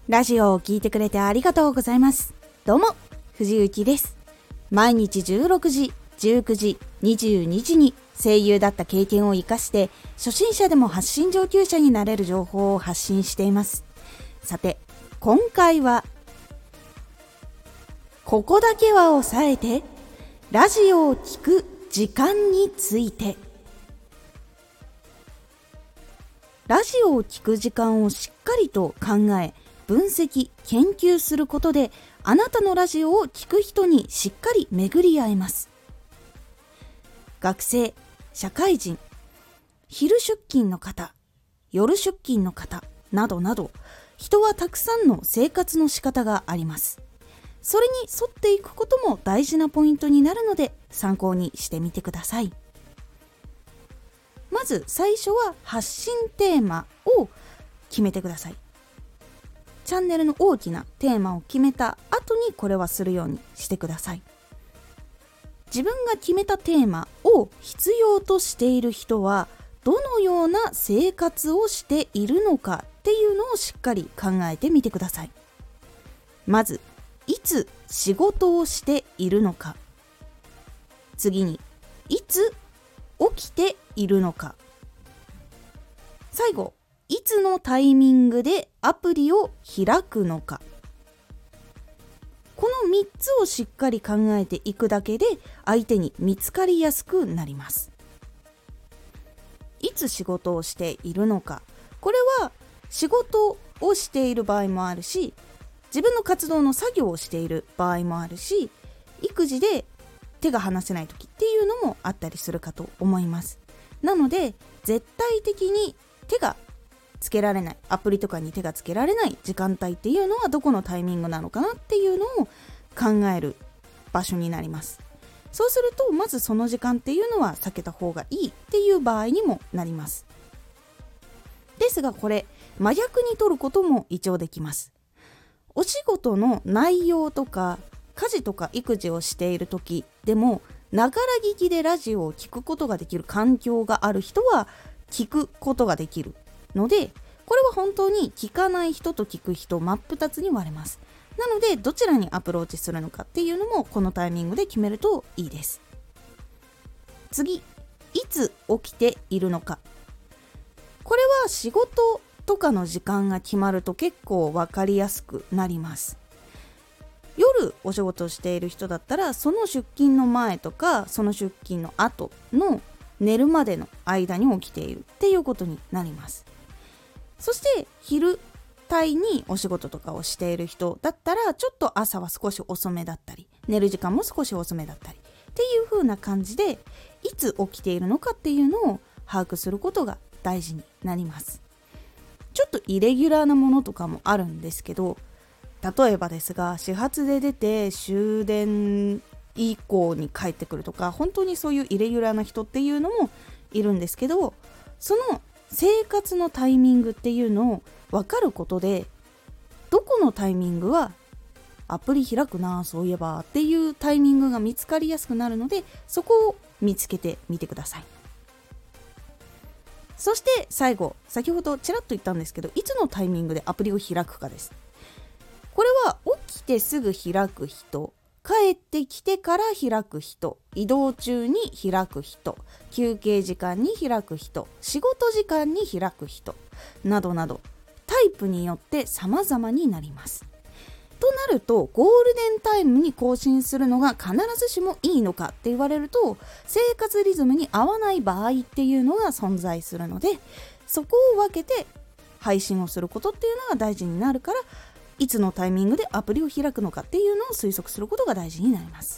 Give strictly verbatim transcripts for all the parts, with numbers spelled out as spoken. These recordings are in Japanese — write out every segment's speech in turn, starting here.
ラジオを聞いてくれてありがとうございます。どうも、藤幸です。毎日じゅうろくじ、じゅうくじ、にじゅうにじに声優だった経験を生かして初心者でも発信上級者になれる情報を発信しています。さて、今回はここだけは押さえてラジオを聞く時間について。ラジオを聞く時間をしっかりと考え分析研究することで、あなたのラジオを聞く人にしっかり巡り合えます。学生、社会人、昼出勤の方、夜出勤の方などなど、人はたくさんの生活の仕方があります。それに沿っていくことも大事なポイントになるので、参考にしてみてください。まず最初は発信テーマを決めてください。チャンネルの大きなテーマを決めた後にこれはするようにしてください。自分が決めたテーマを必要としている人はどのような生活をしているのかっていうのをしっかり考えてみてください。まず、いつ仕事をしているのか。次に、いつ起きているのか。最後、いつのタイミングでアプリを開くのか。このみっつをしっかり考えていくだけで相手に見つかりやすくなります。いつ仕事をしているのか。これは仕事をしている場合もあるし、自分の活動の作業をしている場合もあるし、育児で手が離せない時っていうのもあったりするかと思います。なので絶対的に手がつけられない、アプリとかに手がつけられない時間帯っていうのはどこのタイミングなのかなっていうのを考える場所になります。そうするとまずその時間っていうのは避けた方がいいっていう場合にもなります。ですがこれ真逆に取ることも一応できます。お仕事の内容とか家事とか育児をしている時でもながら聞きでラジオを聞くことができる環境がある人は聞くことができるので、これは本当に聞かない人と聞く人真っ二つに割れます。なのでどちらにアプローチするのかっていうのもこのタイミングで決めるといいです。次、いつ起きているのか。これは仕事とかの時間が決まると結構分かりやすくなります。夜お仕事をしている人だったら、その出勤の前とかその出勤の後の寝るまでの間に起きているっていうことになります。そして昼帯にお仕事とかをしている人だったら、ちょっと朝は少し遅めだったり、寝る時間も少し遅めだったりっていう風な感じで、いつ起きているのかっていうのを把握することが大事になります。ちょっとイレギュラーなものとかもあるんですけど、例えばですが、始発で出て終電以降に帰ってくるとか、本当にそういうイレギュラーな人っていうのもいるんですけど、その生活のタイミングっていうのを分かることで、どこのタイミングはアプリ開くな、そういえばっていうタイミングが見つかりやすくなるので、そこを見つけてみてください。そして最後、先ほどちらっと言ったんですけど、いつのタイミングでアプリを開くかです。これは起きてすぐ開く人、帰ってきてから開く人、移動中に開く人、休憩時間に開く人、仕事時間に開く人などなど、タイプによって様々になります。となると、ゴールデンタイムに更新するのが必ずしもいいのかって言われると、生活リズムに合わない場合っていうのが存在するので、そこを分けて配信をすることっていうのが大事になるから、いつのタイミングでアプリを開くのかっていうのを推測することが大事になります。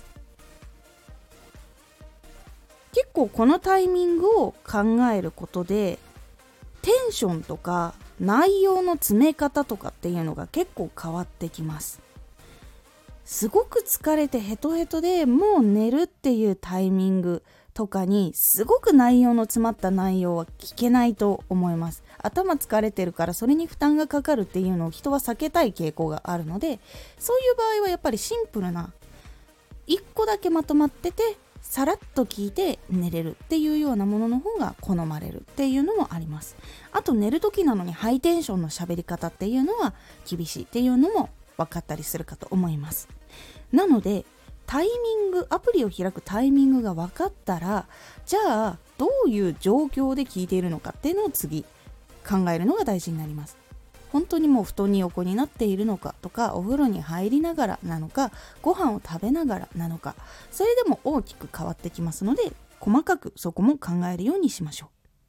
結構このタイミングを考えることで、テンションとか内容の詰め方とかっていうのが結構変わってきます。すごく疲れてヘトヘトでもう寝るっていうタイミングとかにすごく内容の詰まった内容は聞けないと思います。頭疲れてるからそれに負担がかかるっていうのを人は避けたい傾向があるので、そういう場合はやっぱりシンプルないっこだけまとまっててさらっと聞いて寝れるっていうようなものの方が好まれるっていうのもあります。あと寝る時なのにハイテンションの喋り方っていうのは厳しいっていうのも分かったりするかと思います。なのでタイミングアプリを開くタイミングが分かったら、じゃあどういう状況で聞いているのかっていうのを次考えるのが大事になります。本当にもう布団に横になっているのかとか、お風呂に入りながらなのか、ご飯を食べながらなのか、それでも大きく変わってきますので、細かくそこも考えるようにしましょ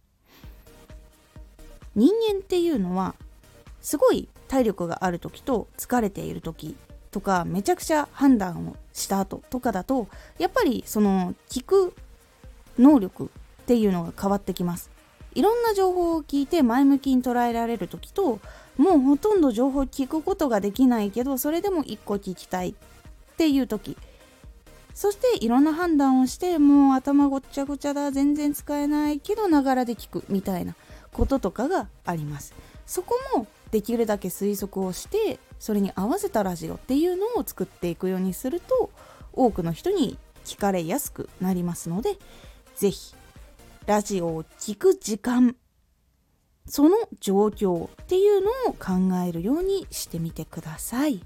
う。人間っていうのはすごい体力がある時と疲れている時とか、めちゃくちゃ判断をした後とかだと、やっぱりその聞く能力っていうのが変わってきます。いろんな情報を聞いて前向きに捉えられる時と、もうほとんど情報を聞くことができないけどそれでも一個聞きたいっていう時、そしていろんな判断をして、もう頭ごっちゃごちゃだ、全然使えないけどながらで聞くみたいなこととかがあります。そこもできるだけ推測をして、それに合わせたラジオっていうのを作っていくようにすると、多くの人に聞かれやすくなりますので、ぜひラジオを聞く時間、その状況っていうのを考えるようにしてみてください。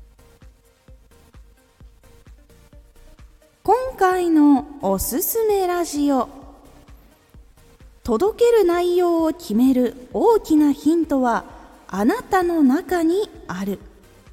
今回のおすすめラジオ、届ける内容を決める大きなヒントはあなたの中にある。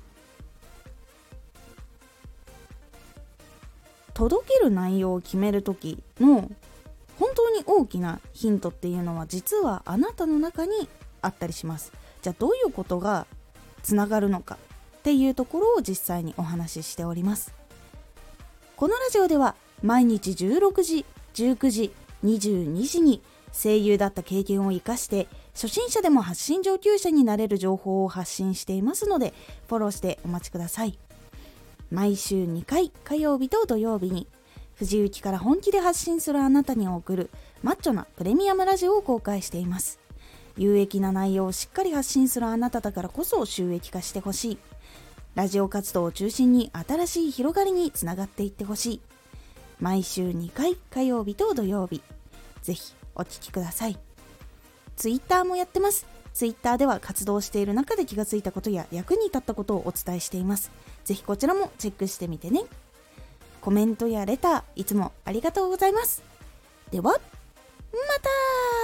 届ける内容を決める時の本当に大きなヒントっていうのは、実はあなたの中にあったりします。じゃあどういうことがつながるのかっていうところを実際にお話ししております。このラジオでは毎日じゅうろくじ、じゅうくじ、にじゅうにじに声優だった経験を生かして初心者でも発信上級者になれる情報を発信していますので、フォローしてお待ちください。毎週にかい、火曜日と土曜日に藤雪から本気で発信するあなたに送るマッチョなプレミアムラジオを公開しています。有益な内容をしっかり発信するあなただからこそ収益化してほしい。ラジオ活動を中心に新しい広がりにつながっていってほしい。毎週にかい、火曜日と土曜日、ぜひお聞きください。ツイッターもやってます。ツイッターでは活動している中で気がついたことや役に立ったことをお伝えしています。ぜひこちらもチェックしてみてね。コメントやレターいつもありがとうございます。ではまた。